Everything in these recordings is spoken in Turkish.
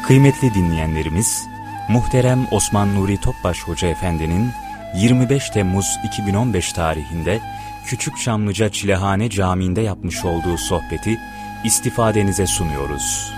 Kıymetli dinleyenlerimiz, muhterem Osman Nuri Topbaş Hoca Efendi'nin 25 Temmuz 2015 tarihinde Küçükçamlıca Çilehane Camii'nde yapmış olduğu sohbeti istifadenize sunuyoruz.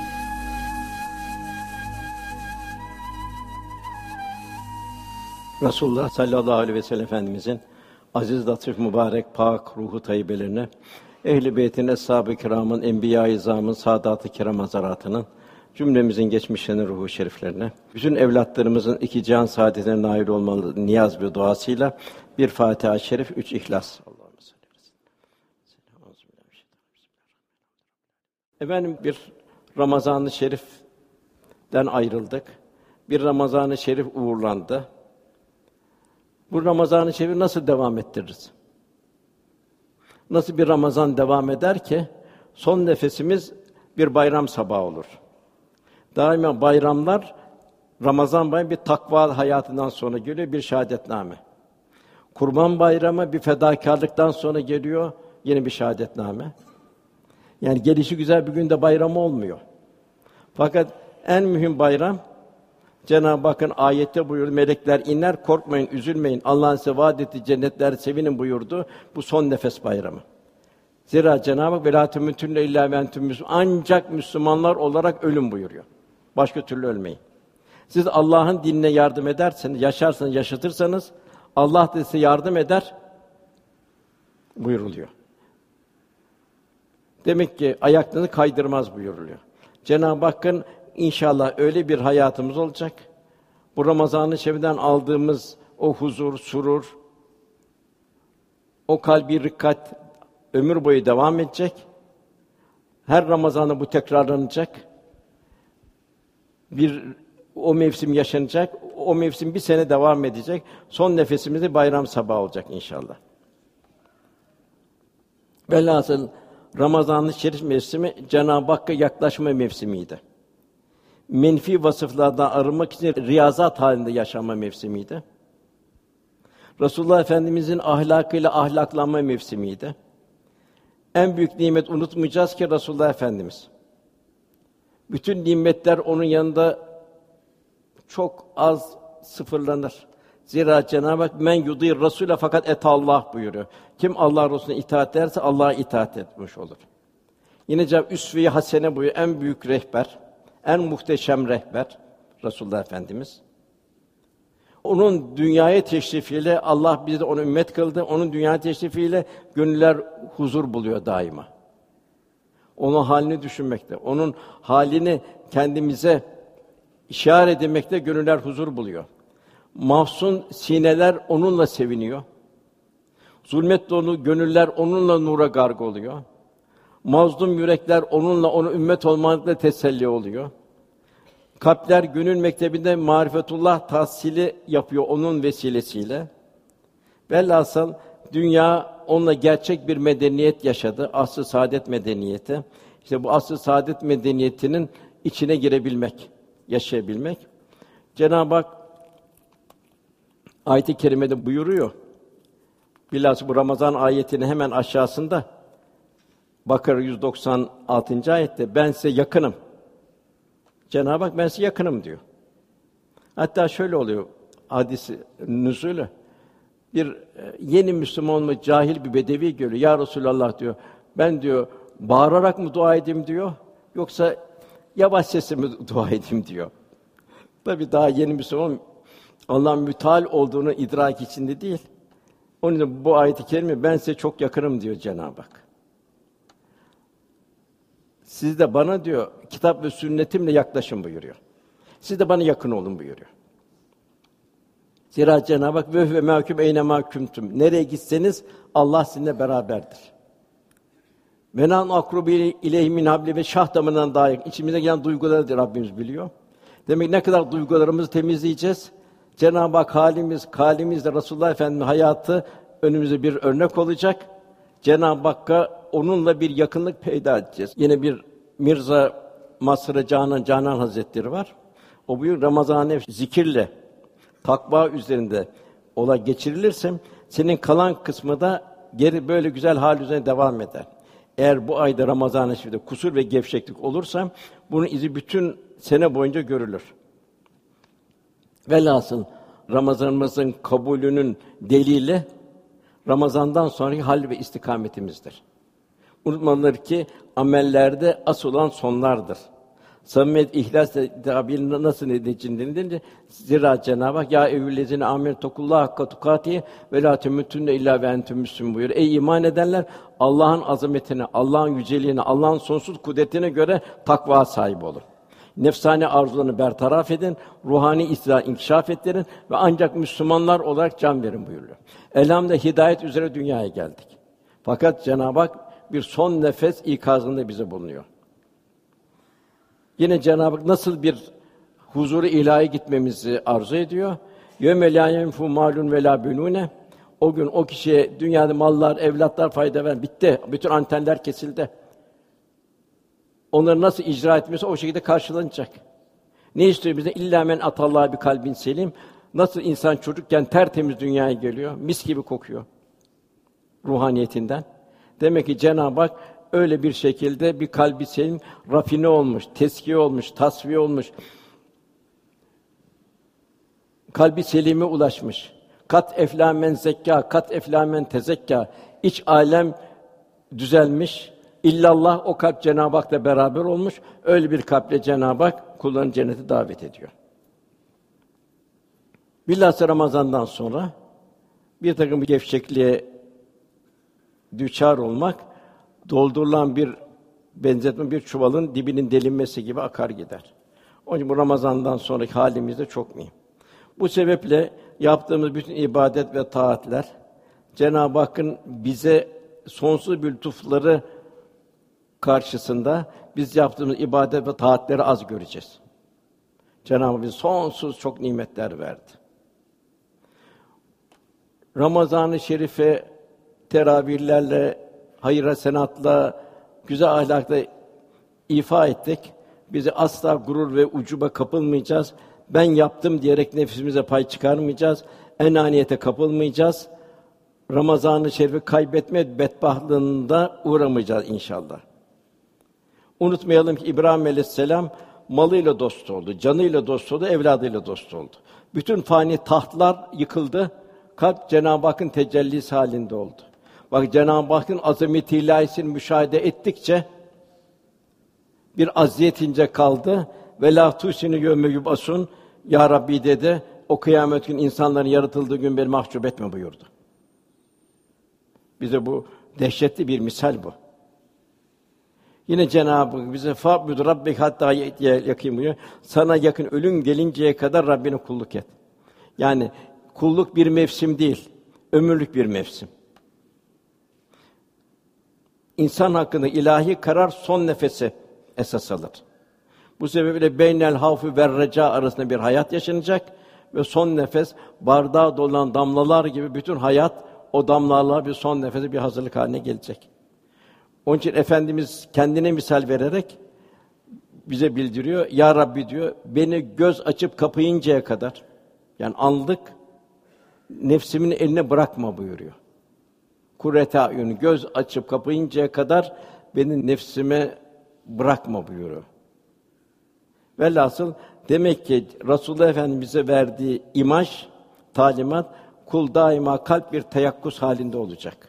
Resulullah sallallahu aleyhi ve sellem Efendimizin aziz, latif, mübarek, pak ruhu tayyibelerine, ehl-i beytin, eshab-ı kiramın, enbiya-i izamın, saadat-ı kiram hazaratının, cümlemizin geçmişlerinin ruhu şeriflerine, bütün evlatlarımızın iki cihan saadetine nail olmalı niyaz ve duasıyla bir Fatiha-i Şerif, 3 İhlas. Efendim, bir Ramazan-ı Şerif'ten ayrıldık. Bir Ramazan-ı Şerif uğurlandı. Bu Ramazan-ı Şerif'i nasıl devam ettiririz? Nasıl bir Ramazan devam eder ki son nefesimiz bir bayram sabahı olur? Daima bayramlar Ramazan bayramı bir takva hayatından sonra geliyor, bir şehadetname. Kurban Bayramı bir fedakârlıktan sonra geliyor, yine bir şehadetname. Yani gelişi güzel bir günde bayram olmuyor. Fakat en mühim bayram, Cenab-ı Hakk'ın ayette buyurdu, melekler iner, korkmayın, üzülmeyin, Allah'ın size vaad ettiği cennetler sevinin buyurdu. Bu son nefes bayramı. Zira Cenab-ı Hak velâ temûtunne illâ ve entüm müslümûn, ancak Müslümanlar olarak ölün buyuruyor. Başka türlü ölmeyin. Siz Allah'ın dinine yardım ederseniz, yaşarsanız, yaşatırsanız Allah da size yardım eder buyuruluyor. Demek ki ayaklarını kaydırmaz buyuruluyor. Cenab-ı Hakk'ın İnşallah öyle bir hayatımız olacak. Bu Ramazan-ı Şerif'ten aldığımız o huzur, surur, o kalbi rikkat ömür boyu devam edecek. Her Ramazan'da bu tekrarlanacak. O mevsim yaşanacak. O mevsim bir sene devam edecek. Son nefesimizde bayram sabahı olacak inşallah. Velhasıl Ramazan-ı Şerif mevsimi Cenab-ı Hakk'a yaklaşma mevsimiydi. Menfi vasıflardan arınmak için riyazat halinde yaşama mevsimiydi. Resulullah Efendimizin ahlakıyla ahlaklanma mevsimiydi. En büyük nimet unutmayacağız ki Resulullah Efendimiz. Bütün nimetler onun yanında çok az sıfırlanır. Zira Cenab-ı Hak men yudîr Rasûle fakat etallah buyuruyor. Kim Allah Resulüne itaat ederse Allah'a itaat etmiş olur. Yine Cenab-ı Hak üsve-i hasene buyuruyor. En büyük rehber, en muhteşem rehber Resulullah Efendimiz. Onun dünyaya teşrifiyle Allah bizi de ona ümmet kıldı. Onun dünyaya teşrifiyle gönüller huzur buluyor daima. Onun halini düşünmekte, onun halini kendimize işaret etmekte gönüller huzur buluyor. Mahzun sineler onunla seviniyor. Zulmet dolu gönüller onunla nura gark oluyor. Mazlum yürekler onunla, ona ümmet olmakla teselli oluyor. Kalpler gönül mektebinde marifetullah tahsili yapıyor onun vesilesiyle. Velhasıl dünya onunla gerçek bir medeniyet yaşadı. Asr-ı saadet medeniyeti. İşte bu asr-ı saadet medeniyetinin içine girebilmek, yaşayabilmek. Cenab-ı Hak ayet-i kerimede buyuruyor. Bilhassa bu Ramazan ayetinin hemen aşağısında Bakara 196. ayette ben size yakınım. Cenab-ı Hak ben size yakınım diyor. Hatta şöyle oluyor hadis-i nüzûlü. Bir yeni Müslüman olmuş cahil bir bedevi görüyor. Ya Resulallah diyor. Ben diyor bağırarak mı dua edeyim diyor. Yoksa yavaş sesle mi dua edeyim diyor. Tabii daha yeni Müslüman Allah'ın müteal olduğunu idrak içinde değil. Onun için bu ayet-i kerime ben size çok yakınım diyor Cenab-ı Hak. Siz de bana diyor kitap ve sünnetimle yaklaşın buyuruyor. Siz de bana yakın olun buyuruyor. Zira Cenab-ı Hak ve mâkûm eyne mâkûmtum. Nereye gitseniz Allah sizinle beraberdir. Ve nan akrubi ileyhi min habli ve şah damarından daha yakın. İçimize gelen duyguları da Rabbimiz biliyor. Demek ne kadar duygularımızı temizleyeceğiz. Cenab-ı Hak kalimizle Resulullah Efendimiz'in hayatı önümüze bir örnek olacak. Cenab-ı Hakk'a onunla bir yakınlık peyda edeceğiz. Yine bir Mirza Masr-ı Canan Hazretleri var. O buyuruyor Ramazan-ı zikirle takva üzerinde geçirilirse senin kalan kısmı da geri böyle güzel hal üzerine devam eder. Eğer bu ayda Ramazan-ı Şerif'te kusur ve gevşeklik olursa bunun izi bütün sene boyunca görülür. Velhasıl Ramazanımızın kabulünün delili Ramazan'dan sonraki hal ve istikametimizdir. Unutmalıdır ki amellerde asıl olan sonlardır. Samimiyet, ihlas tabiri nasıl nedenilince zira Cenab-ı Hak ya eyyühellezine âmenû tekullâhe hakka tukâtihi ve lâ temûtunne illâ ve entüm müslümûn buyuruyor. Ey iman edenler, Allah'ın azametine, Allah'ın yüceliğine, Allah'ın sonsuz kudretine göre takva sahibi olun. Nefsani arzularını bertaraf edin, ruhani istihdâ inkişaf ettirin ve ancak Müslümanlar olarak can verin buyuruyor. Elhamdülillah hidayet üzere dünyaya geldik. Fakat Cenab-ı Hak bir son nefes ikazında bize bulunuyor. Yine Cenab-ı Hak nasıl bir huzur-u ilahi gitmemizi arzu ediyor? Yevme lâ yenfû mâlun ve lâ benûne. O gün o kişiye dünyada mallar, evlatlar fayda vermez. Bitti. Bütün antenler kesildi. Onları nasıl icra etmiyorsa o şekilde karşılanacak. Ne istiyor bize? İllâ men atallâhe bi kalbin selim. Nasıl insan çocukken tertemiz dünyaya geliyor, mis gibi kokuyor ruhaniyetinden. Demek ki Cenab-ı Hak öyle bir şekilde bir kalbi selim, rafine olmuş, teskiye olmuş, tasfiye olmuş, kalbi selime ulaşmış. Kat eflâ men zekkâ, kat eflâ men tezekkâ. İç alem düzelmiş. İllallah o kalp Cenab-ı Hak'la beraber olmuş. Öyle bir kalple Cenab-ı Hak kullarını cennete davet ediyor. Bilhassa Ramazan'dan sonra bir takım gevşekliğe düçar olmak, doldurulan bir benzetme bir çuvalın dibinin delinmesi gibi akar gider. Onun için bu Ramazan'dan sonraki halimiz de çok mühim. Bu sebeple yaptığımız bütün ibadet ve taatler Cenab-ı Hakk'ın bize sonsuz bir lütufları karşısında biz yaptığımız ibadet ve taatleri az göreceğiz. Cenab-ı Hak bize sonsuz çok nimetler verdi. Ramazan-ı Şerif'e teravihlerle, hayır hasenatla, güzel ahlakla ifa ettik. Bizi asla gurur ve ucuba kapılmayacağız. Ben yaptım diyerek nefsimize pay çıkarmayacağız. Enaniyete kapılmayacağız. Ramazan-ı Şerif'i kaybetme bedbahtlığında uğramayacağız inşallah. Unutmayalım ki İbrahim Aleyhisselam malıyla dost oldu, canıyla dost oldu, evladıyla dost oldu. Bütün fani tahtlar yıkıldı. Kalp Cenab-ı Hakk'ın tecellisi halinde oldu. Bak Cenab-ı Hakk'ın azameti ilahisini müşahede ettikçe bir aziyet ince kaldı. Ve la tusinu yevme yub'asun. Ya Rabbi dedi, o kıyamet günü insanların yaratıldığı gün beni mahcup etme buyurdu. Bize bu dehşetli bir misal bu. Yine Cenab-ı Hak bize fa'bud rabbek hatta yakîn buyuruyor. Sana yakın ölüm gelinceye kadar Rabbine kulluk et. Yani kulluk bir mevsim değil, ömürlük bir mevsim. İnsan hakkında ilahi karar son nefese esas alır. Bu sebeple beynel havfi ve reca arasında bir hayat yaşanacak ve son nefes bardağa dolanan damlalar gibi bütün hayat o damlalarla bir son nefese bir hazırlık haline gelecek. Onun için Efendimiz kendine misal vererek bize bildiriyor. Ya Rabbi diyor, beni göz açıp kapayıncaya kadar, yani anlık nefsimin eline bırakma buyuruyor. Kurrete ayun, göz açıp kapayıncaya kadar beni nefsime bırakma buyuruyor. Velhasıl demek ki Resulullah Efendimiz'e verdiği imaj, talimat, kul daima kalp bir teyakkuz halinde olacak.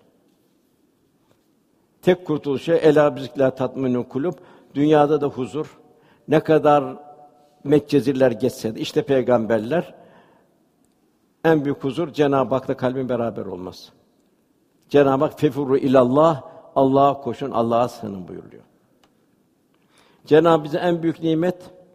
Tek kurtuluşu elâ bizikler tatminû kulûb, dünyada da huzur. Ne kadar Meccezirler geçse de işte peygamberler en büyük huzur Cenab-ı Hak'la kalbin beraber olması. Cenab-ı Hak fefurru ilallah, Allah'a koşun, Allah'a sığının buyuruyor. Cenab-ı Hak bize en büyük nimet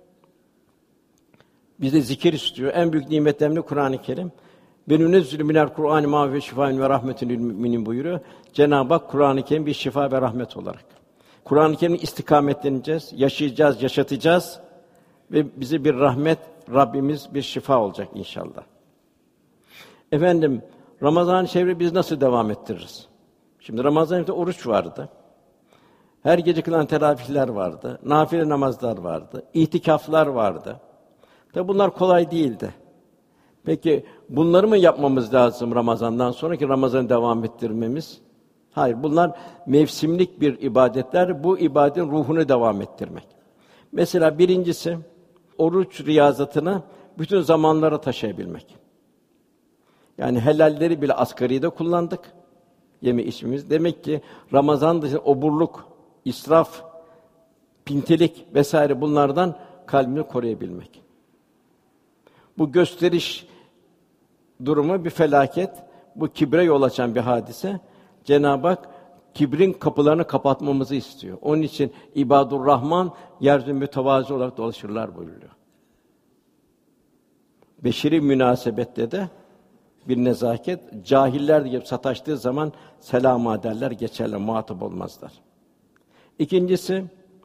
bize zikir istiyor. En büyük nimetlerinden Kur'an-ı Kerim. "Benünezzilü minel Kur'an mâ ve şifâun ve rahmetun lil müminin" buyuruyor. Cenab-ı Hak Kur'an-ı Kerim bir şifa ve rahmet olarak. Kur'an-ı Kerim'le istikametleneceğiz, yaşayacağız, yaşatacağız ve bize bir rahmet, Rabbimiz bir şifa olacak inşallah. Efendim, Ramazan-ı Şerif'i biz nasıl devam ettiririz? Şimdi Ramazan-ı oruç vardı. Her gece kılan teravihler vardı. Nafile namazlar vardı. İtikaflar vardı. Tabi bunlar kolay değildi. Peki bunları mı yapmamız lazım Ramazan'dan sonraki Ramazan'ı devam ettirmemiz? Hayır, bunlar mevsimlik bir ibadetler. Bu ibadetin ruhunu devam ettirmek. Mesela birincisi, oruç riyazatını bütün zamanlara taşıyabilmek. Yani helalleri bile asgaride kullandık. Yeme içmemiz. Demek ki Ramazan dışında oburluk, israf, pintilik vesaire bunlardan kalbini koruyabilmek. Bu gösteriş durumu bir felaket, bu kibre yol açan bir hadise. Cenab-ı Hak kibrin kapılarını kapatmamızı istiyor. Onun için İbadur-Rahman yeryüzünde mütevazı olarak dolaşırlar buyuruyor. Beşeri münasebette de bir nezaket, cahiller gibi sataştığı zaman selam ederler, geçerler, muhatap olmazlar. İkincisi,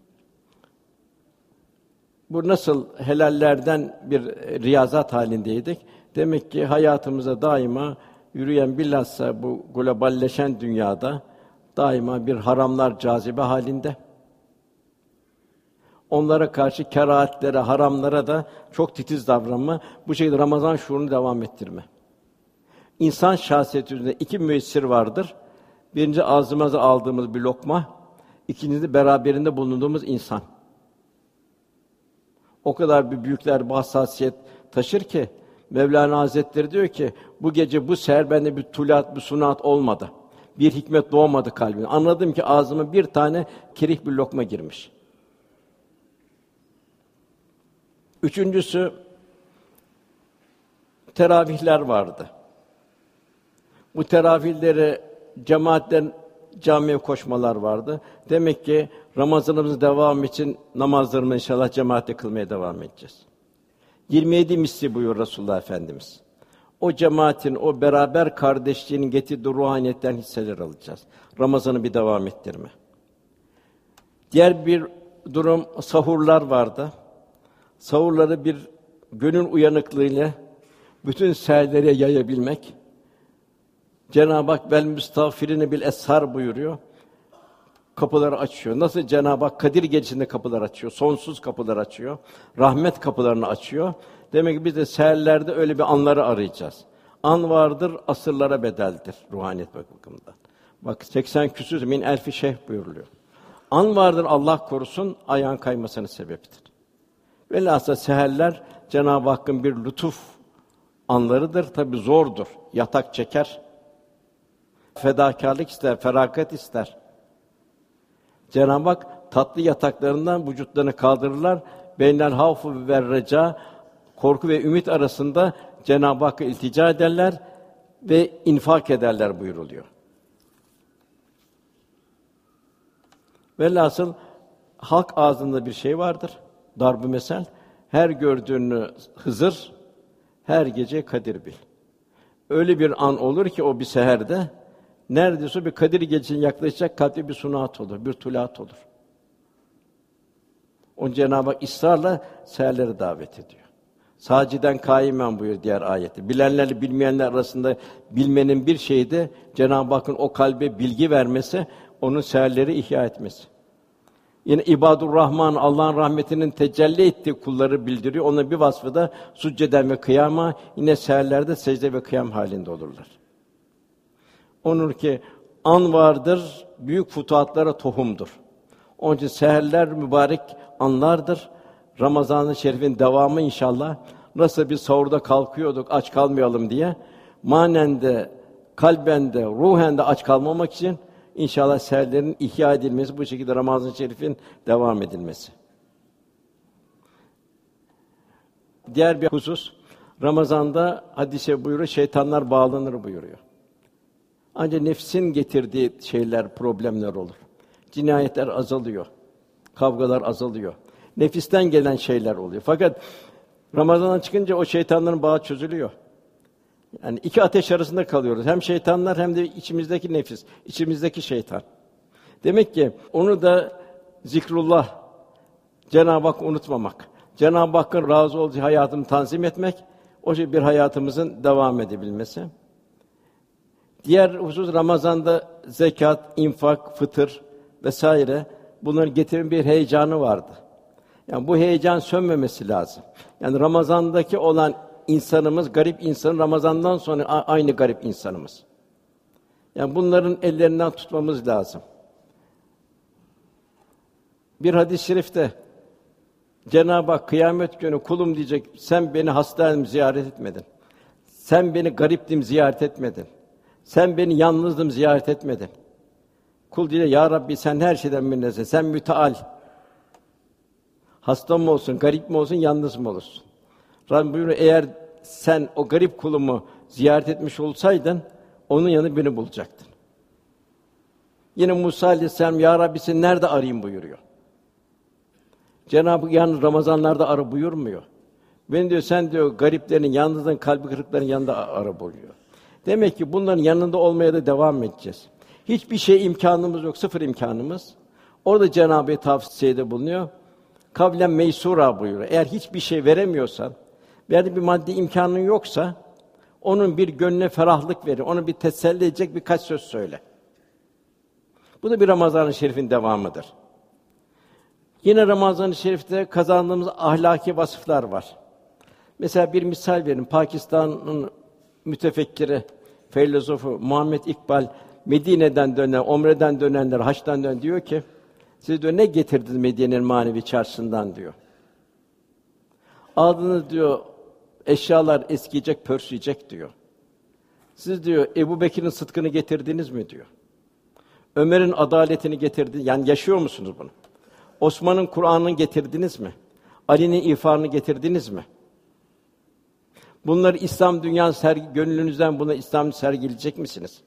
bu nasıl helallerden bir riyazat halindeydik. Demek ki hayatımıza daima yürüyen, bilhassa bu globalleşen dünyada daima bir haramlar cazibe halinde. Onlara karşı kerahatlere, haramlara da çok titiz davranma, bu şekilde Ramazan şuurunu devam ettirme. İnsan şahsiyeti üzerinde iki müessir vardır. Birinci ağzımıza aldığımız bir lokma, ikincisi beraberinde bulunduğumuz insan. O kadar bir büyükler bu hassasiyet taşır ki Mevlana Hazretleri diyor ki bu gece bu seher bende bir tulat, bir sunat olmadı. Bir hikmet doğmadı kalbime. Anladım ki ağzıma bir tane kerih bir lokma girmiş. Üçüncüsü, teravihler vardı. Bu teravihleri cemaatten camiye koşmalar vardı. Demek ki Ramazanımızın devamı için namazlarımızı inşallah cemaatle kılmaya devam edeceğiz. 27 misli buyuruyor Resulullah Efendimiz. O cemaatin, o beraber kardeşliğinin getirdiği ruhaniyetten hisseler alacağız. Ramazan'ı bir devam ettirme. Diğer bir durum, sahurlar vardı. Sahurları bir gönül uyanıklığıyla bütün seherlere yayabilmek. Cenab-ı Hak vel müstağfirine bil eshar buyuruyor. Kapıları açıyor. Nasıl Cenab-ı Hak Kadir Gecesi'nde kapılar açıyor, sonsuz kapılar açıyor, rahmet kapılarını açıyor. Demek ki biz de seherlerde öyle bir anları arayacağız. An vardır, asırlara bedeldir ruhaniyet bakımından. Bak 80 küsur min elfi şeyh buyuruluyor. An vardır, Allah korusun, ayağın kaymasına sebeptir. Velhâsıl seherler Cenab-ı Hakk'ın bir lütuf anlarıdır. Tabii zordur. Yatak çeker. Fedakârlık ister, feragat ister. Cenab-ı Hak tatlı yataklarından vücutlarını kaldırırlar. Beynel havfu ve reca, korku ve ümit arasında Cenab-ı Hakk'a iltica ederler ve infak ederler buyuruluyor. Velhasıl halk ağzında bir şey vardır. Darb-ı mesel. Her gördüğünü Hızır, her gece Kadir bil. Öyle bir an olur ki o bir seherde, neredeyse bir Kadir Gecesi'ne yaklaşacak kalpte bir sunat olur, bir tulat olur. O Cenab-ı Hak ısrarla seherlere davet ediyor. Sâciden kâimen buyuruyor diğer ayette. Bilenlerle bilmeyenler arasında bilmenin bir şeyi de Cenab-ı Hakk'ın o kalbe bilgi vermesi, onun seherleri ihya etmesi. Yine İbadur-Rahman, Allah'ın rahmetinin tecelli ettiği kulları bildiriyor. Onun bir vasfı da succeden ve kıyama, yine seherlerde secde ve kıyam halinde olurlar. Onur ki an vardır, büyük futuhatlara tohumdur. Onun için seherler mübarek anlardır. Ramazan-ı Şerif'in devamı inşallah. Nasıl bir sahurda kalkıyorduk aç kalmayalım diye, manen de, kalben de, ruhen de aç kalmamak için İnşallah seherlerin ihya edilmesi, bu şekilde Ramazan-ı Şerif'in devam edilmesi. Diğer bir husus, Ramazan'da hadis-i buyuruyor, şeytanlar bağlanır buyuruyor. Ancak nefsin getirdiği şeyler, problemler olur. Cinayetler azalıyor, kavgalar azalıyor. Nefisten gelen şeyler oluyor. Fakat Ramazan'a çıkınca o şeytanların bağı çözülüyor. Yani iki ateş arasında kalıyoruz. Hem şeytanlar hem de içimizdeki nefis, içimizdeki şeytan. Demek ki onu da zikrullah, Cenab-ı Hakk'ı unutmamak, Cenab-ı Hakk'ın razı olduğu hayatını tanzim etmek, o şey bir hayatımızın devam edebilmesi. Diğer husus Ramazan'da zekat, infak, fıtır vesaire bunların getiren bir heyecanı vardı. Yani bu heyecan sönmemesi lazım. Yani Ramazan'daki olan insanımız, garip insan, Ramazan'dan sonra aynı garip insanımız. Yani bunların ellerinden tutmamız lazım. Bir hadis-i şerifte Cenab-ı Hak kıyamet günü kulum diyecek, sen beni hastaydım ziyaret etmedin. Sen beni gariptim ziyaret etmedin. Sen beni yalnızdım ziyaret etmedin. Kul diyecek, ya Rabbi sen her şeyden münezzehsin. Sen müteal. Hasta mı olsun, garip mi olsun, yalnız mı olursun? Rabbim buyuruyor, eğer sen o garip kulumu ziyaret etmiş olsaydın, onun yanı beni bulacaktın. Yine Musa Aleyhisselam, ya Rabbi seni nerede arayayım buyuruyor. Cenab-ı Hak yalnız Ramazanlarda ara buyurmuyor. Ben diyor, sen diyor gariplerin, yalnızların, kalbi kırıkların yanında ara buyuruyor. Demek ki bunların yanında olmaya da devam edeceğiz. Hiçbir şey imkânımız yok, sıfır imkânımız. Orada Cenab-ı Hak tavsiyede bulunuyor. Kavlen meysûrâ buyuruyor. Eğer hiçbir şey veremiyorsan, veya bir maddi imkânın yoksa, onun bir gönlüne ferahlık verin, onu bir teselli edecek birkaç söz söyle. Bu da bir Ramazan-ı Şerif'in devamıdır. Yine Ramazan-ı Şerif'te kazandığımız ahlaki vasıflar var. Mesela bir misal verin. Pakistan'ın mütefekkiri, filozofu Muhammed İkbal, Medine'den dönen, Umre'den dönenler, haçtan dönen diyor ki, siz diyor ne getirdiniz Medine'nin manevi çarşısından diyor. Aldınız diyor, eşyalar eskiyecek, pörsüyecek diyor. Siz diyor Ebubekir'in sıdkını getirdiniz mi diyor. Ömer'in adaletini getirdiniz, yani yaşıyor musunuz bunu? Osman'ın Kur'an'ını getirdiniz mi? Ali'nin ifanını getirdiniz mi? Bunları İslam dünyası gönlünüzden buna İslam sergileyecek misiniz?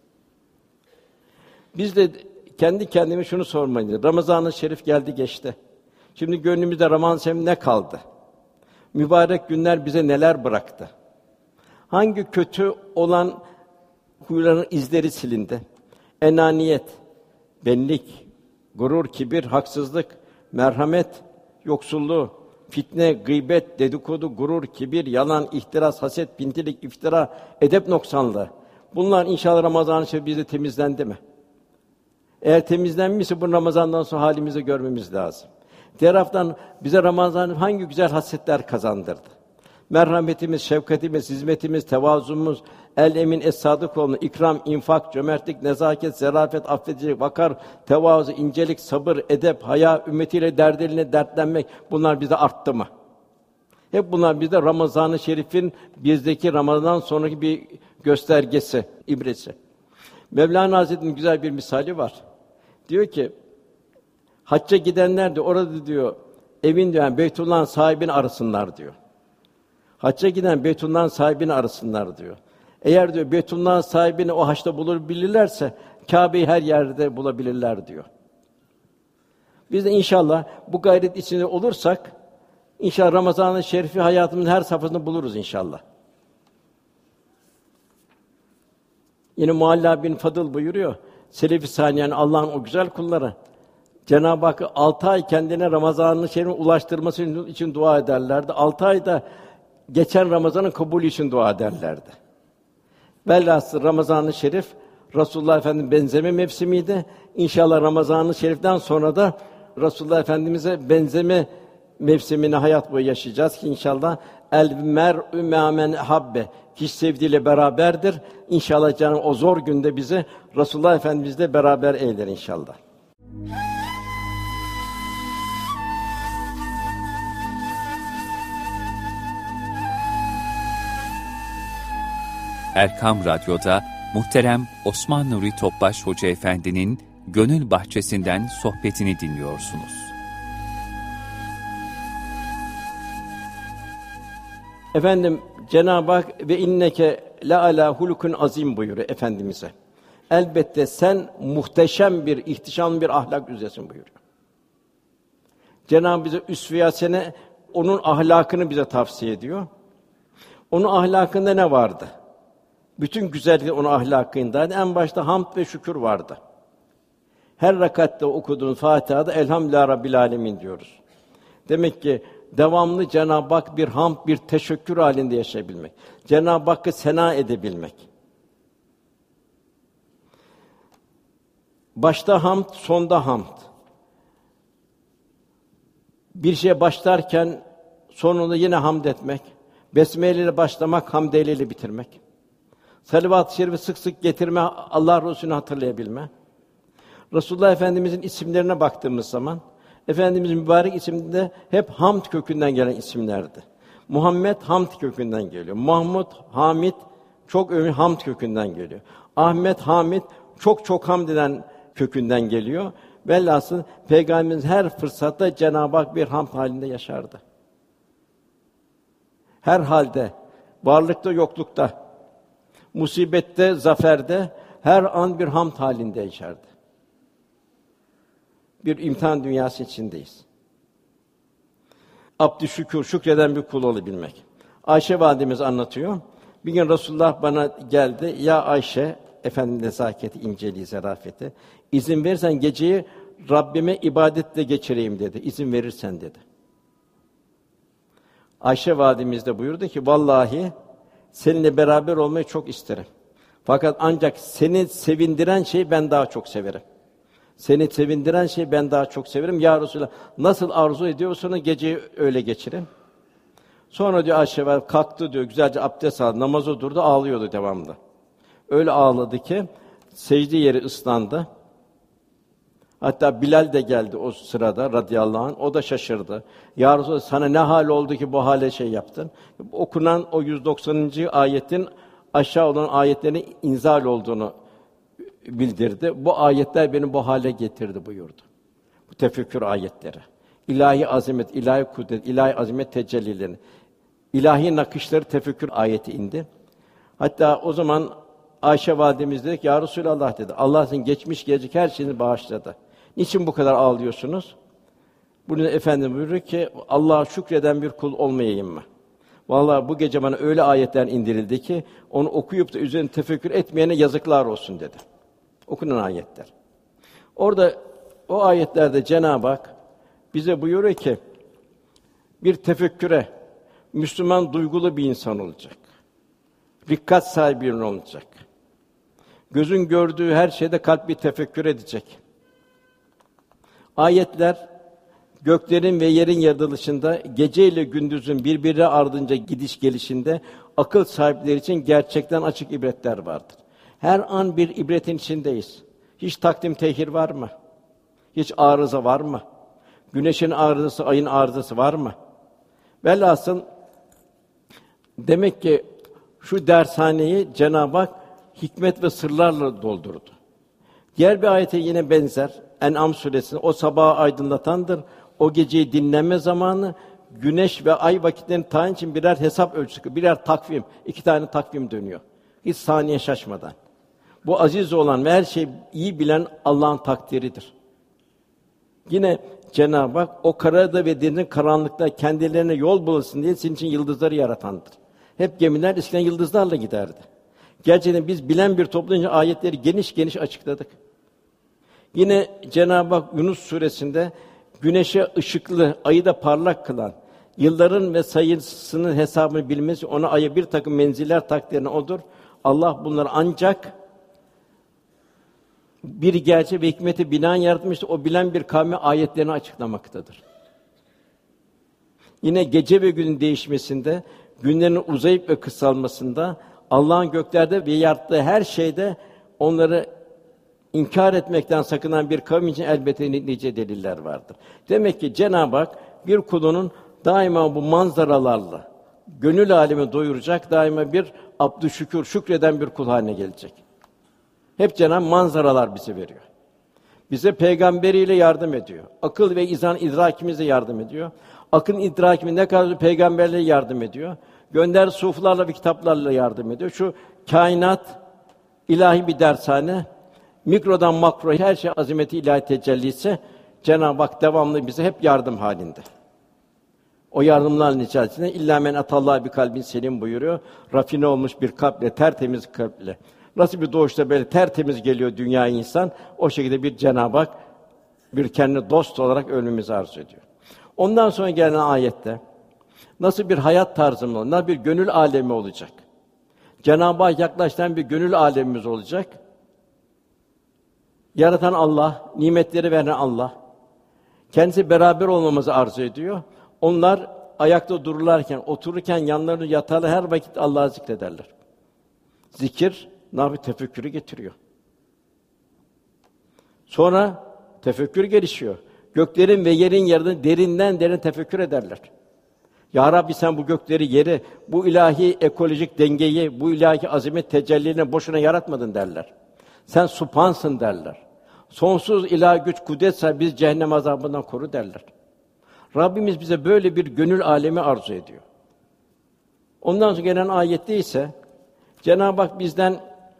Biz de kendi kendime şunu sormalıyız. Ramazan-ı Şerif geldi geçti. Şimdi gönlümüzde Ramazan-ı Şerif ne kaldı? Mübarek günler bize neler bıraktı? Hangi kötü olan huyların izleri silindi? Enaniyet, benlik, gurur, kibir, haksızlık, merhamet, yoksulluğu, fitne, gıybet, dedikodu, gurur, kibir, yalan, ihtiras, haset, pintilik, iftira, edep noksanlığı. Bunlar inşallah Ramazan-ı Şerif bizde temizlendi mi? Eğer temizlenmişse bu Ramazan'dan sonra halimizi görmemiz lazım. Diğer taraftan bize Ramazan hangi güzel hasletler kazandırdı? Merhametimiz, şefkatimiz, hizmetimiz, tevazumuz, el-emin, es-sadık olma, ikram, infak, cömertlik, nezaket, zarafet, affedicilik, vakar, tevazu, incelik, sabır, edep, haya, ümmetiyle derdiline dertlenmek, bunlar bize arttı mı? Hep bunlar bizde Ramazan-ı Şerif'in bizdeki Ramazan sonraki bir göstergesi, ibresi. Mevlana Hazretleri'nin güzel bir misali var. Diyor ki, hacca gidenler de orada diyor, evin diyor, yani Beytullah'ın sahibini arasınlar diyor. Hacca giden Beytullah'ın sahibini arasınlar diyor. Eğer diyor Beytullah'ın sahibini o haçta bulabilirlerse Kâbe'yi her yerde bulabilirler diyor. Biz de inşallah bu gayret içinde olursak inşallah Ramazan-ı Şerif'i hayatımızın her safhasında buluruz inşallah. Yine Mualla bin Fadıl buyuruyor. Selef-i Sâniyen Allah'ın o güzel kulları Cenab-ı Hak 6 ay kendine Ramazan-ı Şerif'e ulaştırması için dua ederlerdi. 6 ayda geçen Ramazan'ın kabulü için dua ederlerdi. Velhâsıl Ramazan-ı Şerif Resulullah Efendimiz benzeme mevsimiydi. İnşallah Ramazan-ı Şerif'ten sonra da Resulullah Efendimize benzeme mevsimini hayat boyu yaşayacağız ki inşallah el mer'ü mâ men habbe, kişi sevdiğiyle beraberdir. İnşallah canım o zor günde bizi Resulullah Efendimizle beraber eyler inşallah. Erkam Radyo'da muhterem Osman Nuri Topbaş Hoca Efendi'nin Gönül Bahçesinden sohbetini dinliyorsunuz. Efendim Cenab-ı Hak ve inneke la ala hulukun azim buyuruyor efendimize. Elbette sen muhteşem bir, ihtişam bir ahlak üzeresin buyuruyor. Cenab-ı bize üsve-i hasene, onun ahlakını bize tavsiye ediyor. Onun ahlakında ne vardı? Bütün güzellik onun ahlakındaydı. En başta hamd ve şükür vardı. Her rekatte okuduğun Fatiha'da Elhamdülillahi Rabbil Âlemin diyoruz. Demek ki devamlı Cenab-ı Hak bir hamd, bir teşekkür halinde yaşayabilmek. Cenab-ı Hakk'ı sena edebilmek. Başta hamd, sonda hamd. Bir şeye başlarken sonunda yine hamd etmek. Besmele ile başlamak, hamd ile bitirmek. Salavat-ı şerifi sık sık getirme, Allah Resulü'nü hatırlayabilme. Resulullah Efendimizin isimlerine baktığımız zaman Efendimiz'in mübarek isimde hep hamd kökünden gelen isimlerdi. Muhammed hamd kökünden geliyor. Mahmud, Hamid çok övün hamd kökünden geliyor. Ahmet, Hamid çok hamd eden kökünden geliyor. Velhasıl Peygamberimiz her fırsatta Cenab-ı Hak bir hamd halinde yaşardı. Her halde, varlıkta yoklukta, musibette, zaferde her an bir hamd halinde yaşardı. Bir imtihan dünyası içindeyiz. Abdü şükür, şükreden bir kul olabilmek. Ayşe validemiz anlatıyor. Bir gün Resulullah bana geldi. Ya Ayşe, Efendimiz nezaketi, inceliği, zarafeti. İzin verirsen geceyi Rabbime ibadetle geçireyim dedi. İzin verirsen dedi. Ayşe validemiz de buyurdu ki vallahi seninle beraber olmayı çok isterim. Fakat ancak seni sevindiren şeyi ben daha çok severim. Seni sevindiren şeyi ben daha çok severim. Ya Resulallah, nasıl arzu ediyorsanız geceyi öyle geçirin. Sonra diyor Ayşe validemiz kalktı diyor, güzelce abdest aldı, namaza durdu, ağlıyordu devamlı. Öyle ağladı ki secde yeri ıslandı. Hatta Bilal de geldi o sırada radıyallahu anh. O da şaşırdı. Ya Resulallah, sana ne hal oldu ki bu hale şey yaptın? Okunan o 190. ayetin aşağı olan ayetlerin inzal olduğunu bildirdi. Bu ayetler beni bu hale getirdi buyurdu. Bu tefekkür ayetleri. İlahi azamet, ilahi kudret, ilahi azamet tecellilerini, ilahi nakışları tefekkür ayeti indi. Hatta o zaman Ayşe validemiz dedi ki, ya Resulallah dedi, Allah sizin geçmiş gelecek her şeyini bağışladı. Niçin bu kadar ağlıyorsunuz? Bunu Efendimiz buyuruyor ki, Allah'a şükreden bir kul olmayayım mı? Vallahi bu gece bana öyle ayetler indirildi ki, onu okuyup da üzerine tefekkür etmeyene yazıklar olsun dedi. Okunan ayetler. Orada o ayetlerde Cenab-ı Hak bize buyuruyor ki, bir tefekküre Müslüman duygulu bir insan olacak. Dikkat sahibi olacak. Gözün gördüğü her şeyde kalp bir tefekkür edecek. Ayetler göklerin ve yerin yaratılışında, gece ile gündüzün birbiri ardınca gidiş gelişinde akıl sahipleri için gerçekten açık ibretler vardır. Her an bir ibretin içindeyiz. Hiç takdim tehir var mı? Hiç arıza var mı? Güneşin arızası, ayın arızası var mı? Velhasıl demek ki şu dershaneyi Cenab-ı Hak hikmet ve sırlarla doldurdu. Diğer bir ayete yine benzer. En'am suresinde o sabahı aydınlatandır. O geceyi dinlenme zamanı, güneş ve ay vakitlerini tayin için birer hesap ölçüsü, birer takvim, 2 tane takvim dönüyor. Hiç saniye şaşmadan. Bu aziz olan ve her şeyi iyi bilen Allah'ın takdiridir. Yine Cenab-ı Hak o karada ve denizin karanlıkta kendilerine yol bulasın diye sizin için yıldızları yaratandır. Hep gemiler eskiden yıldızlarla giderdi. Gerçekten biz bilen bir toplumca ayetleri geniş geniş açıkladık. Yine Cenab-ı Hak Yunus suresinde güneşe ışıklı, ayı da parlak kılan, yılların ve sayısının hesabını bilmesi, ona aya bir takım menziller takdirine odur. Allah bunları ancak bir gerçeği ve hikmete binaen yaratmıştır. O bilen bir kavme ayetlerini açıklamaktadır. Yine gece ve günün değişmesinde, günlerin uzayıp ve kısalmasında, Allah'ın göklerde ve yarattığı her şeyde onları inkar etmekten sakınan bir kavim için elbette nice deliller vardır. Demek ki Cenab-ı Hak bir kulunun daima bu manzaralarla gönül alemi doyuracak, daima bir abdü şükür, şükreden bir kul haline gelecek. Hep Cenab-ı manzaralar bize veriyor. Bize peygamberiyle yardım ediyor. Akıl ve izan idrakimizle yardım ediyor. Akıl idrakimiz ne kadar peygamberle yardım ediyor. Gönder suflarla ve kitaplarla yardım ediyor. Şu kainat ilahi bir dershane. Mikrodan makro her şey azameti ilahi tecellisi. Cenab-ı Hak devamlı bize hep yardım halinde. O yardımların içerisinde illa men atallah bir kalbin selim buyuruyor. Rafine olmuş bir kalple, tertemiz kalple. Nasıl bir doğuşta böyle tertemiz geliyor dünyaya insan, o şekilde bir Cenab-ı Hak bir kendine dost olarak ölmemizi arzu ediyor. Ondan sonra gelen ayette nasıl bir hayat tarzımız olacak, nasıl bir gönül alemi olacak? Cenab-ı Hak yaklaştıran bir gönül alemimiz olacak. Yaratan Allah, nimetleri veren Allah. Kendisi beraber olmamızı arzu ediyor. Onlar ayakta dururlarken, otururken yanlarında yatarlar, her vakit Allah'ı zikrederler. Zikir, tefekkürü getiriyor. Sonra tefekkür gelişiyor. göklerin ve yerin yerini derinden derin tefekkür ederler. Ya Rabbi sen bu gökleri, yeri, bu ilahi ekolojik dengeyi, bu ilahi azamet tecellini boşuna yaratmadın derler. Sen Subhansın derler. Sonsuz ilahi güç kudret sahibi biz cehennem azabından koru derler. Rabbimiz bize böyle bir gönül alemi arzu ediyor. Ondan sonra gelen ayette ise Cenab-ı Hak bizden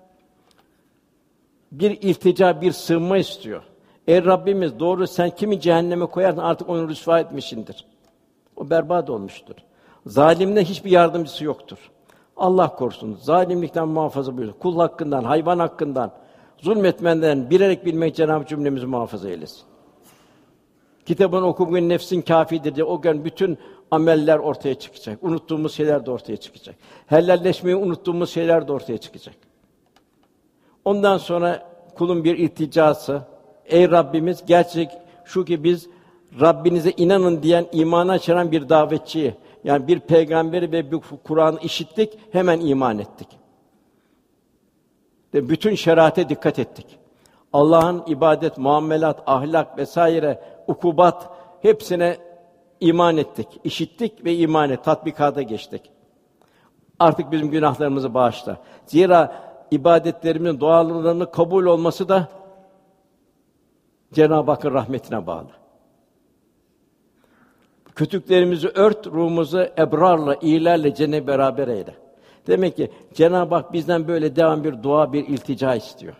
bir iltica, bir sığınma istiyor. Ey Rabbimiz doğru sen kimi cehenneme koyarsan artık onu rüsva etmişsindir. O berbat olmuştur. Zalimden hiçbir yardımcısı yoktur. Allah korusun. Zalimlikten muhafaza buyursun. Kul hakkından, hayvan hakkından, zulmetmenden bilerek bilmek Cenab-ı cümlemizi muhafaza eylesin. Kitabını oku bugün nefsin kâfidir diye o gün bütün ameller ortaya çıkacak. Unuttuğumuz şeyler de ortaya çıkacak. Helalleşmeyi unuttuğumuz şeyler de ortaya çıkacak. Ondan sonra kulun bir ilticası, ey Rabbimiz gerçek şu ki biz Rabbinize inanın diyen, imana çağıran bir davetçiyi, yani bir peygamberi ve bir Kur'an'ı işittik, hemen iman ettik. Ve bütün şeriate dikkat ettik. Allah'ın ibadet, muamelat, ahlak vesaire, ukubat hepsine iman ettik, işittik ve iman ettik, tatbikata geçtik. Artık bizim günahlarımızı bağışla. Zira ibadetlerimizin, dualarımızın kabul olması da Cenab-ı Hakk'ın rahmetine bağlı. Kötülüklerimizi ört, ruhumuzu ebrarla, iyilerle cennet beraber eyle. Demek ki Cenab-ı Hak bizden böyle devam bir dua, bir iltica istiyor.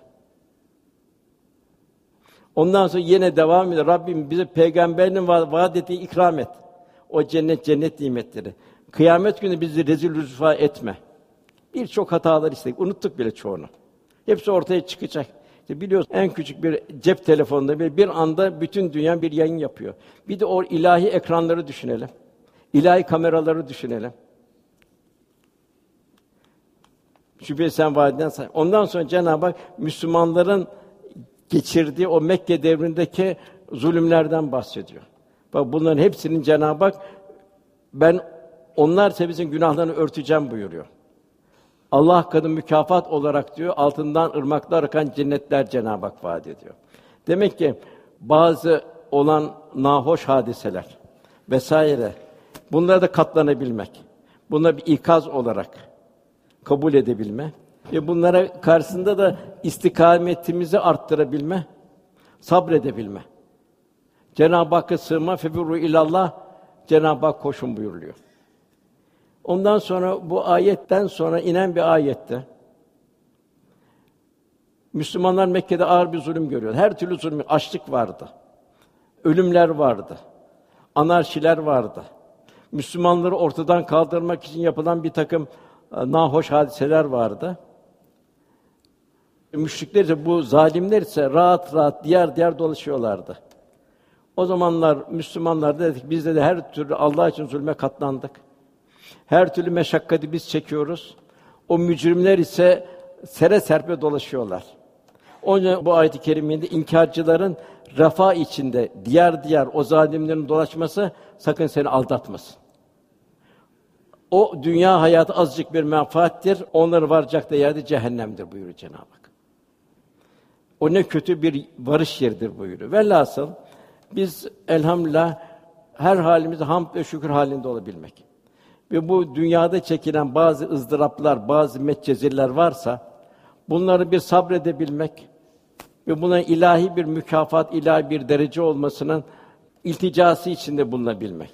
Ondan sonra yine devam ediyor. Rabbim bize peygamberinin vaad ettiği ikram et. O cennet nimetleri. Kıyamet günü bizi rezil rüsva etme. Birçok hatalar istedik. Unuttuk bile çoğunu. Hepsi ortaya çıkacak. İşte biliyorsun en küçük bir cep telefonunda bir anda bütün dünya bir yayın yapıyor. Bir de o ilahi ekranları düşünelim. İlahi kameraları düşünelim. Şüphesiz sen vaadinden say. Ondan sonra Cenab-ı Hak Müslümanların geçirdiği o Mekke devrindeki zulümlerden bahsediyor. Bak bunların hepsinin Cenab-ı Hak ben onlar sebebinin günahlarını örteceğim buyuruyor. Allah kadın mükafat olarak diyor altından ırmaklar akan cennetler Cenab-ı Hak vaat ediyor. Demek ki bazı olan nahoş hadiseler vesaire bunlara da katlanabilmek. Buna bir ikaz olarak kabul edebilme ve bunlara karşısında da istikametimizi arttırabilme, sabredebilme. Cenab-ı Hakk'a sığınma, febirru ilallah, Cenab-ı Hak koşun buyuruluyor. Ondan sonra bu ayetten sonra inen bir ayette Müslümanlar Mekke'de ağır bir zulüm görüyor. Her türlü zulüm, açlık vardı. Ölümler vardı. Anarşiler vardı. Müslümanları ortadan kaldırmak için yapılan bir takım nahoş hadiseler vardı. Müşrikler ise bu zalimler ise rahat rahat diyar dolaşıyorlardı. O zamanlar Müslümanlar dedik biz de her türlü Allah için zulme katlandık. Her türlü meşakkati biz çekiyoruz. O mücrimler ise sere serpe dolaşıyorlar. Onun için bu ayet-i kerimede inkârcıların refah içinde diyar o zalimlerin dolaşması sakın seni aldatmasın. O dünya hayatı azıcık bir menfaattir. Onları varacak da yerde cehennemdir buyuruyor Cenab-ı Hak. O ne kötü bir varış yeridir buyuruyor. Velhasıl biz elhamdülillah her halimizde hamd ve şükür halinde olabilmek. Ve bu dünyada çekilen bazı ızdıraplar, bazı metcezirler varsa bunları bir sabredebilmek ve buna ilahi bir mükafat, ilahi bir derece olmasının ilticası içinde bulunabilmek.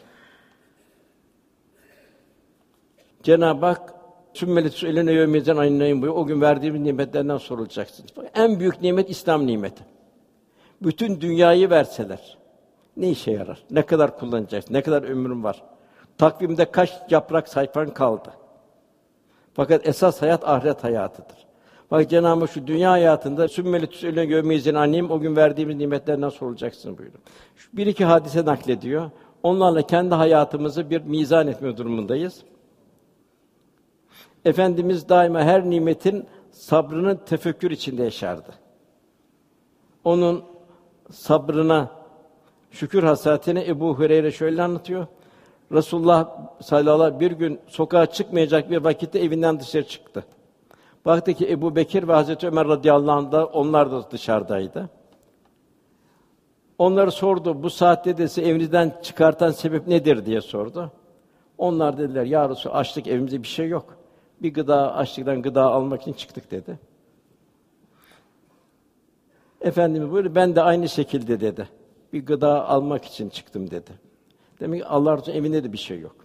Cenab-ı Hak "Sümmelet eline yevmizden aynayın" buyuruyor. O gün verdiğimiz nimetlerden sorulacaksınız. En büyük nimet İslam nimeti. Bütün dünyayı verseler ne işe yarar? Ne kadar kullanacaksın? Ne kadar ömrün var? Takvimde kaç yaprak sayfan kaldı? Fakat esas hayat ahiret hayatıdır. Bak Cenab-ı Hak şu dünya hayatında "Sümmelet eline yevmizden aynayın" o gün verdiğimiz nimetlerden sorulacaksınız buyuruyor. Bir iki hadise naklediyor. Onlarla kendi hayatımızı bir mizan etme durumundayız. Efendimiz daima her nimetin sabrını tefekkür içinde yaşardı. Onun sabrına, şükür hasretine Ebu Hureyre şöyle anlatıyor. Resulullah sallallahu aleyhi ve sellem bir gün sokağa çıkmayacak bir vakitte evinden dışarı çıktı. Baktı ki Ebubekir ve Hazreti Ömer radıyallahu anh da onlar da dışarıdaydı. Onları sordu, bu saatte de sizi evinizden çıkartan sebep nedir diye sordu. Onlar dediler, ya Resulallah, açlık, evimizde bir şey yok. Bir gıda, açlıktan gıda almak için çıktık dedi. Efendimiz buyurdu, ben de aynı şekilde dedi. Bir gıda almak için çıktım dedi. Demek ki Allah Resulü evinde de bir şey yok.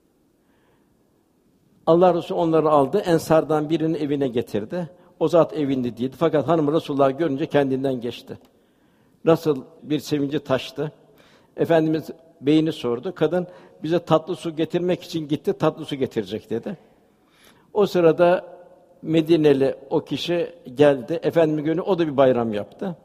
Allah Resulü onları aldı, Ensardan birinin evine getirdi. O zat evinde değildi. Fakat hanım Resulullah görünce kendinden geçti. Nasıl bir sevinci taştı. Efendimiz beyini sordu. Kadın bize tatlı su getirmek için gitti, tatlı su getirecek dedi. O sırada Medineli o kişi geldi. Efendimiz görünce o da bir bayram yaptı.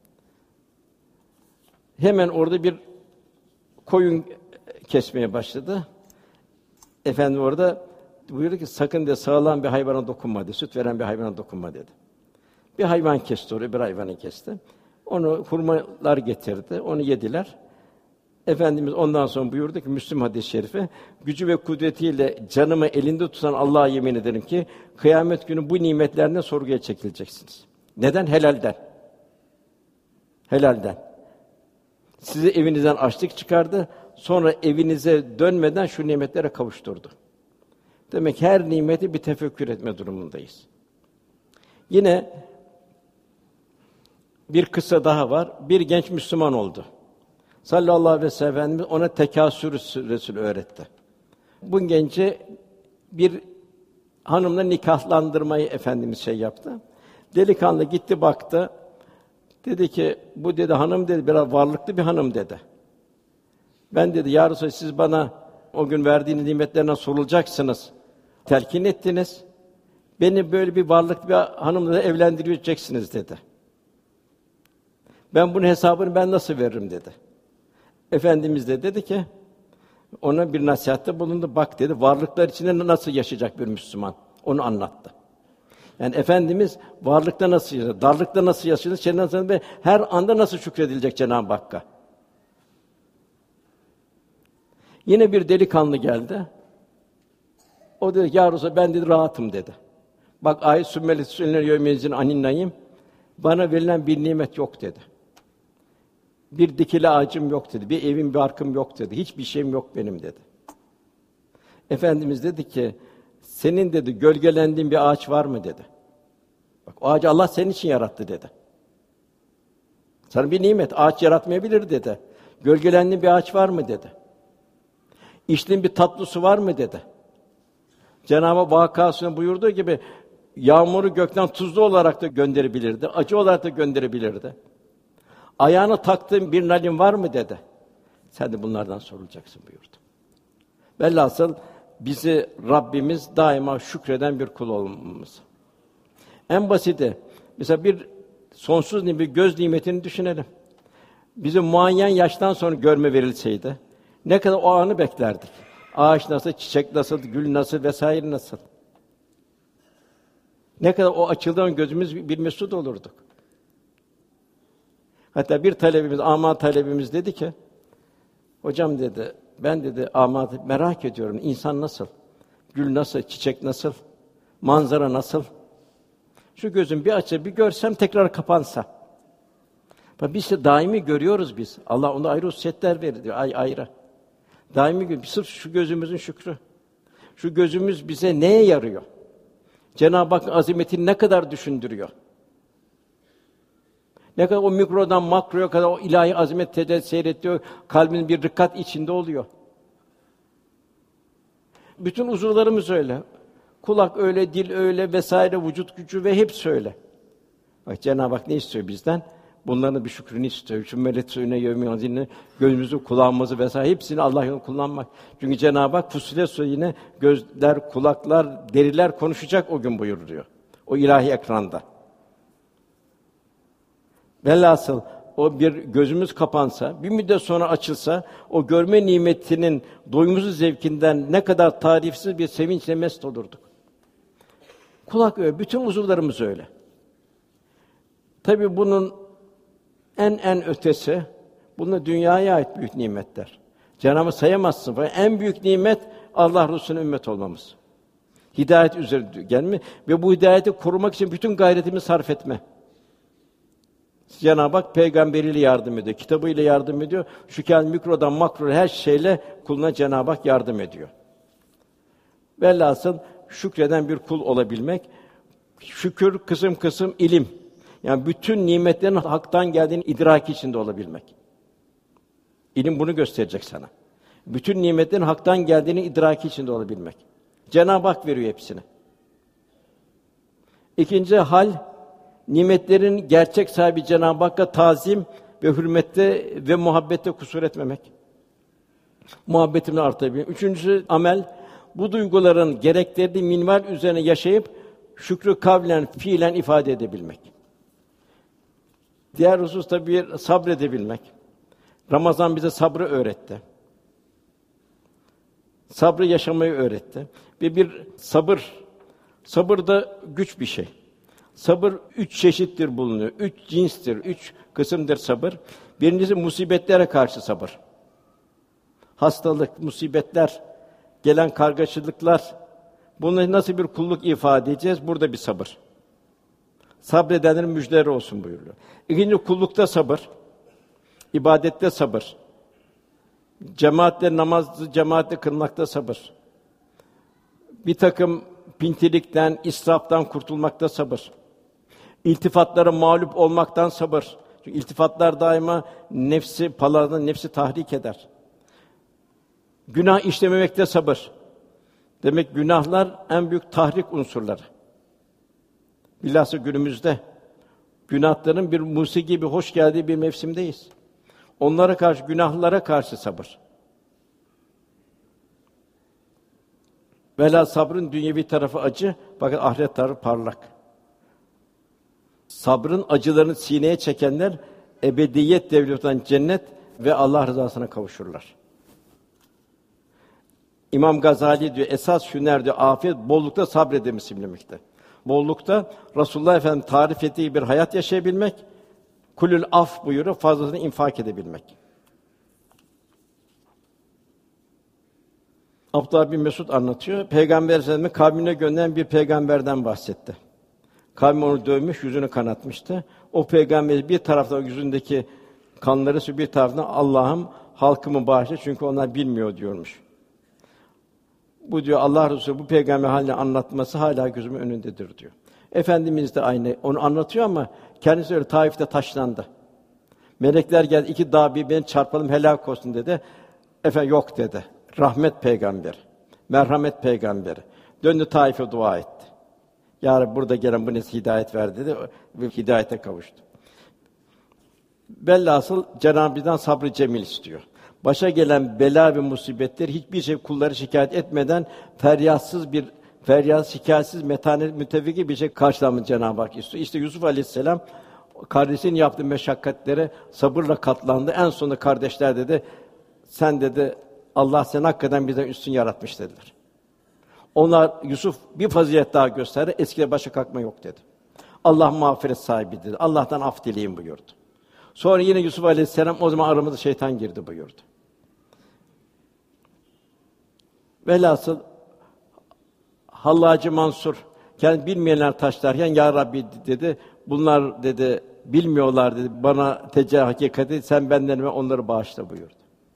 Hemen orada bir koyun kesmeye başladı. Efendim orada buyurdu ki sakın de sağlam bir hayvana dokunma dedi. Süt veren bir hayvana dokunma dedi. Bir hayvan kesti oraya, bir hayvanı kesti. Onu hurmalar getirdi, onu yediler. Efendimiz ondan sonra buyurdu ki Müslim hadis-i şerifi, gücü ve kudretiyle canımı elinde tutan Allah'a yemin ederim ki kıyamet günü bu nimetlerden sorguya çekileceksiniz. Neden? Helalden. Helalden. Sizi evinizden açlık çıkardı, sonra evinize dönmeden şu nimetlere kavuşturdu. Demek ki her nimeti bir tefekkür etme durumundayız. Yine bir kıssa daha var. Bir genç Müslüman oldu. Sallallahu aleyhi ve sellem Efendimiz ona Tekâsür Sûresini öğretti. Bu genci bir hanımla nikahlandırmayı Efendimiz yaptı. Delikanlı gitti baktı. Dedi ki, bu dedi hanım dedi, biraz varlıklı bir hanım dedi. Ben dedi, ya Resulallah, siz bana o gün verdiğiniz nimetlerden sorulacaksınız. Telkin ettiniz. Beni böyle bir varlıklı bir hanımla evlendireceksiniz dedi. Ben bunun hesabını ben nasıl veririm dedi. Efendimiz de dedi ki, ona bir nasihatte bulundu. Bak dedi, varlıklar içinde nasıl yaşayacak bir Müslüman? Onu anlattı. Yani Efendimiz varlıkta nasıl yaşayacak, darlıkta nasıl yaşayacak, cennet ve her anda nasıl şükredilecek Cenab-ı Hakk'a? Yine bir delikanlı geldi. O dedi, ya Resulallah, ben dedi rahatım dedi. Bak ayet sümmeli sünner yevmezin aninnayim. Bana verilen bir nimet yok dedi. Bir dikili ağacım yok dedi. Bir evim, bir arkım yok dedi. Hiçbir şeyim yok benim dedi. Efendimiz dedi ki, senin dedi gölgelendiğin bir ağaç var mı dedi. Bak o ağacı Allah senin için yarattı dedi. Sana bir nimet, ağaç yaratmayabilir dedi. Gölgelendiğin bir ağaç var mı dedi. İçtiğin bir tatlı su var mı dedi. Cenab-ı Hak vakasında buyurduğu gibi yağmuru gökten tuzlu olarak da gönderebilirdi, acı olarak da gönderebilirdi. Ayağına taktığın bir nalin var mı dedi. Sen de bunlardan sorulacaksın buyurdu. Velhasıl bizi Rabbimiz daima şükreden bir kul olmamız. En basiti, mesela bir sonsuz bir göz nimetini düşünelim. Bize muayyen yaştan sonra görme verilseydi, ne kadar o anı beklerdik. Ağaç nasıl, çiçek nasıl, gül nasıl vesaire nasıl? Ne kadar o açıldığın gözümüz bir mesut olurduk. Hatta bir talebimiz, ama talebimiz dedi ki, hocam dedi, ben dedi amatı merak ediyorum. İnsan nasıl? Gül nasıl? Çiçek nasıl? Manzara nasıl? Şu gözüm bir açı, bir görsem tekrar kapansa. Biz de daimi görüyoruz biz. Allah ona ayrı hususiyetler verir, ayrı. Daimi görüyoruz. Sırf şu gözümüzün şükrü. Şu gözümüz bize neye yarıyor? Cenab-ı Hak azametini ne kadar düşündürüyor? Ne kadar o mikrodan makroya kadar o ilahi azamet tecelli seyrediyor, kalbin bir rıkkat içinde oluyor. Bütün uzuvlarımız öyle. Kulak öyle, dil öyle vesaire, vücut gücü ve hepsi öyle. Bak Cenab-ı Hak ne istiyor bizden? Bunların bir şükrünü istiyor. Şu melek suyuna yevmi hazine, gözümüzü, kulağımızı vesaire hepsini Allah yolunda kullanmak. Çünkü Cenab-ı Hak Fussilet Sûresi'nde yine gözler, kulaklar, deriler konuşacak o gün buyuruyor. O ilahi ekranda. Velhasıl o bir gözümüz kapansa, bir müddet sonra açılsa, o görme nimetinin doyumsuz zevkinden ne kadar tarifsiz bir sevinçle mest olurduk. Kulak öyle, bütün uzuvlarımız öyle. Tabii bunun en ötesi, bunlar dünyaya ait büyük nimetler. Cenab-ı Hak sayamazsın. En büyük nimet Allah Resulü'ne ümmet olmamız. Hidayet üzere gelme ve bu hidayeti korumak için bütün gayretimi sarf etme. Cenab-ı Hak peygamberiyle yardım ediyor, kitabıyla yardım ediyor. Şu kâin mikrodan makro her şeyle kuluna Cenab-ı Hak yardım ediyor. Velhasıl şükreden bir kul olabilmek, şükür kısım kısım ilim. Yani bütün nimetlerin haktan geldiğini idrak içinde olabilmek. İlim bunu gösterecek sana. Bütün nimetlerin haktan geldiğini idrak içinde olabilmek. Cenab-ı Hak veriyor hepsini. İkinci hal, nimetlerin gerçek sahibi Cenab-ı Hakk'a tazim ve hürmette ve muhabbette kusur etmemek. Muhabbetini artabilmek. Üçüncüsü amel, bu duyguların gerektirdiği minval üzerine yaşayıp şükrü kavlen, fiilen ifade edebilmek. Diğer husus tabii sabredebilmek. Ramazan bize sabrı öğretti. Sabrı yaşamayı öğretti. Ve bir sabır da güç bir şey. Sabır 3 çeşittir bulunuyor. 3 cinstir, 3 kısımdır sabır. Birincisi musibetlere karşı sabır. Hastalık, musibetler, gelen kargaşalıklar. Bunu nasıl bir kulluk ifade edeceğiz? Burada bir sabır. Sabredenlerin müjdeleri olsun buyuruyor. İkinci kullukta sabır. İbadette sabır. Cemaatle namazı cemaatle kılmakta sabır. Bir takım pintilikten, israftan kurtulmakta sabır. İltifatlara mağlup olmaktan sabır. Çünkü iltifatlar daima nefsi paladan, nefsi tahrik eder. Günah işlememekte sabır. Demek günahlar en büyük tahrik unsurları. Bilhassa günümüzde günahların bir musiki gibi hoş geldiği bir mevsimdeyiz. Onlara karşı, günahlara karşı sabır. Velhâsıl sabrın dünyevi tarafı acı, fakat ahiret tarafı parlak. Sabrın acılarını sineye çekenler ebediyet devleti olan cennet ve Allah rızasına kavuşurlar. İmam Gazali diyor, esas şunlar diyor, afiyet bollukta sabredilmesi demektir. Bollukta Resulullah Efendimiz tarif ettiği bir hayat yaşayabilmek, kulül af buyuruyor, fazlasını infak edebilmek. Abdullah bin Mesud anlatıyor, Peygamber Efendimiz kavmine gönderen bir peygamberden bahsetti. Kavmi onu dövmüş, yüzünü kanatmıştı. O peygamber bir taraftan yüzündeki kanları, bir taraftan Allah'ım halkımı bağışla çünkü onlar bilmiyor diyormuş. Bu diyor Allah Resulü bu peygamber halini anlatması hala gözümün önündedir diyor. Efendimiz de aynı onu anlatıyor ama kendisi öyle Taif'te taşlandı. Melekler geldi, 2 dağ birbirini çarpalım helak olsun dedi. Efendim yok dedi. Rahmet peygamberi, merhamet peygamberi. Döndü Taif'e dua etti. Ya Rabbi burada gelen bu nesile hidayet ver dedi ve hidayete kavuştu. Velhasıl Cenab-ı Hak'tan sabrı cemil istiyor. Başa gelen bela ve musibetler hiçbir şey kulları şikayet etmeden feryat şikayetsiz metanet mütevekki bir şey karşılamayı Cenab-ı Hak istiyor. İşte Yusuf Aleyhisselam kardeşinin yaptığı meşakkatlere sabırla katlandı. En sonunda kardeşler dedi, sen dedi Allah seni hakikaten bizden üstün yaratmış dediler. Onlar Yusuf bir fazilet daha gösterdi. Eskide başa kalkma yok dedi. Allah mağfiret sahibi dedi. Allah'tan af dileyin buyurdu. Sonra yine Yusuf Aleyhisselam o zaman aramıza şeytan girdi buyurdu. Velhasıl Hallacı Mansur kendi bilmeyenler taşlarken ya Rabbi dedi bunlar dedi bilmiyorlar dedi bana hakikati sen benden ve onları bağışla buyurdu.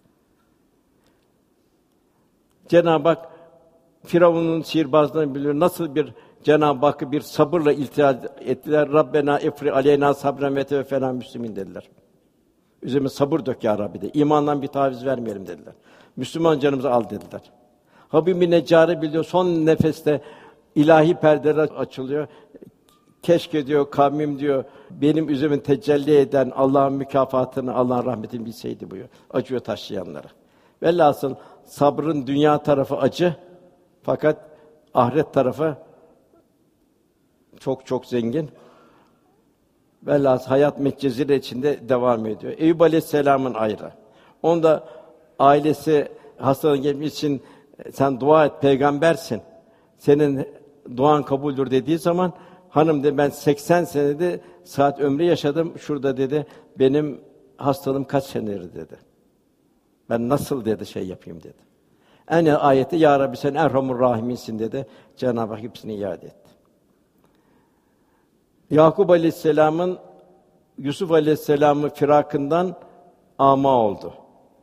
Cenab-ı Hak Firavun'un sihirbazlarını biliyor. Nasıl bir Cenab-ı Hakk'ı bir sabırla iltihas ettiler. Rabbena ifri aleyna sabren ve teveffena müslimin dediler. Üzerime sabır dök ya Rabbi de. İmandan bir taviz vermeyelim dediler. Müslüman canımızı al dediler. Habib-i Neccar'ı biliyor. Son nefeste ilahi perdeler açılıyor. Keşke diyor kavmim diyor benim üzerime tecelli eden Allah'ın mükafatını, Allah'ın rahmetini bilseydi buyuruyor. Acıyor taşlayanlara. Velhasıl sabrın dünya tarafı acı fakat ahiret tarafı çok çok zengin. Velhasıl hayat Meccezire içinde devam ediyor. Eyüp Aleyhisselam'ın ayrı. Onda ailesi hastalığı gelmiş için sen dua et peygambersin. Senin duan kabuldür dediği zaman hanım dedi ben 80 senede saat ömrü yaşadım. Şurada dedi benim hastalığım kaç senedir dedi. Ben nasıl dedi şey yapayım dedi. En ayette ya Rabbi sen Erhamur Rahim'sin dedi. Cenab-ı Hak hepsini iade etti. Yakup Aleyhisselam'ın Yusuf Aleyhisselam'ın firakından ama oldu.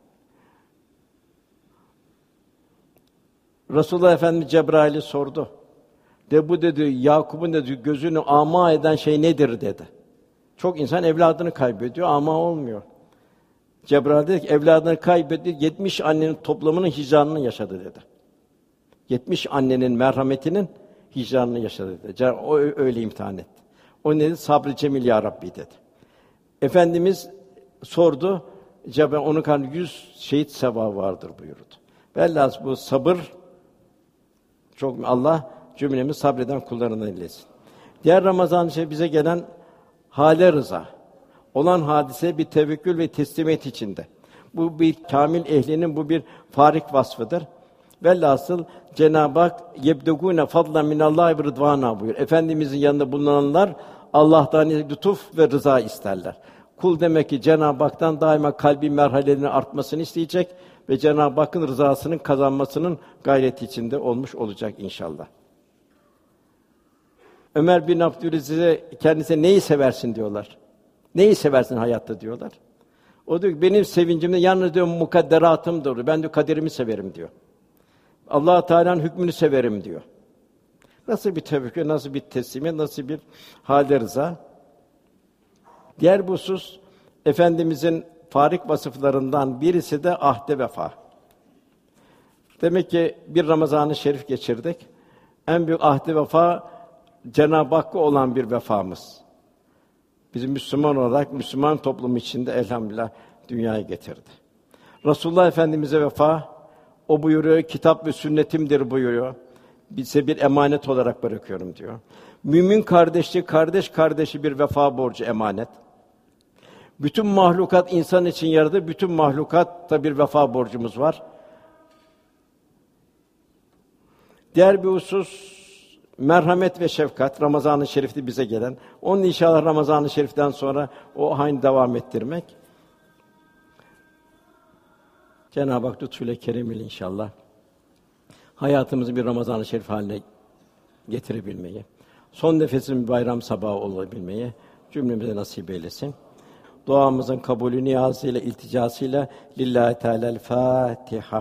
Resulullah Efendimiz Cebrail'i sordu. Bu dedi, Yakup'un dedi, gözünü ama eden şey nedir dedi. Çok insan evladını kaybediyor, ama olmuyor. Cebrail dedi ki, evladını kaybetti, 70 annenin toplamının hicranını yaşadı dedi. 70 annenin merhametinin hicranını yaşadı dedi. O öyle imtihan etti. O ne dedi? Sabrı cemil ya Rabbi dedi. Efendimiz sordu, Cebrail onun karnında 100 şehit sevabı vardır buyurdu. Velhâsıl bu sabır çok, Allah cümlemiz sabreden kullarından eylesin. Diğer Ramazan-ı bize gelen hâle rıza. Olan hadise bir tevekkül ve teslimiyet içinde. Bu bir kâmil ehlinin bu bir farik vasfıdır. Velhasıl Cenab-ı Hak yebdegûne fadlen minallâhi ve rıdvâna buyuruyor. Efendimizin yanında bulunanlar Allah'tan lütuf ve rıza isterler. Kul demek ki Cenab-ı Hak'tan daima kalbi merhalelerinin artmasını isteyecek ve Cenab-ı Hakk'ın rızasının kazanmasının gayreti içinde olmuş olacak inşallah. Ömer bin Abdülaziz'e kendisine neyi seversin diyorlar. Neyi seversin hayatta diyorlar. O diyor ki benim sevincimde yalnız diyor mukadderatımdır. Ben diyor kaderimi severim diyor. Allah Teala'nın hükmünü severim diyor. Nasıl bir tevekkül, nasıl bir teslimiyet, nasıl bir hâl-i rıza. Diğer bir husus Efendimizin farik vasıflarından birisi de ahde vefa. Demek ki bir Ramazan-ı Şerif geçirdik. En büyük ahde vefa Cenab-ı Hakk'a olan bir vefamız. Bizi Müslüman olarak Müslüman toplumu içinde elhamdülillah dünyaya getirdi. Resulullah Efendimize vefa, o buyuruyor, kitap ve sünnetimdir buyuruyor. Bize bir emanet olarak bırakıyorum diyor. Mümin kardeşi, kardeş kardeşi bir vefa borcu, emanet. Bütün mahlukat insan için yaradı, bütün mahlukatta bir vefa borcumuz var. Diğer bir husus, merhamet ve şefkat, Ramazan-ı Şerif'te bize gelen. Onun inşallah Ramazan-ı Şerif'ten sonra o aynı devam ettirmek. Cenab-ı Hak lütfuyla keremiyle inşallah hayatımızı bir Ramazan-ı Şerif haline getirebilmeyi, son nefesin bir bayram sabahı olabilmeyi cümlemize nasip eylesin. Duamızın kabulü niyazıyla, ilticasıyla Lillahi Teala'l Fatiha.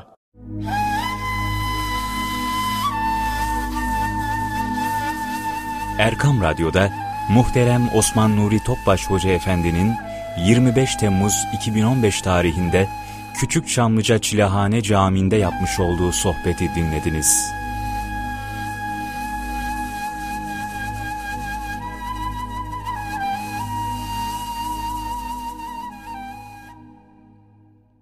Erkam Radyo'da muhterem Osman Nuri Topbaş Hoca Efendi'nin 25 Temmuz 2015 tarihinde Küçükçamlıca Çilehane Camii'nde yapmış olduğu sohbeti dinlediniz.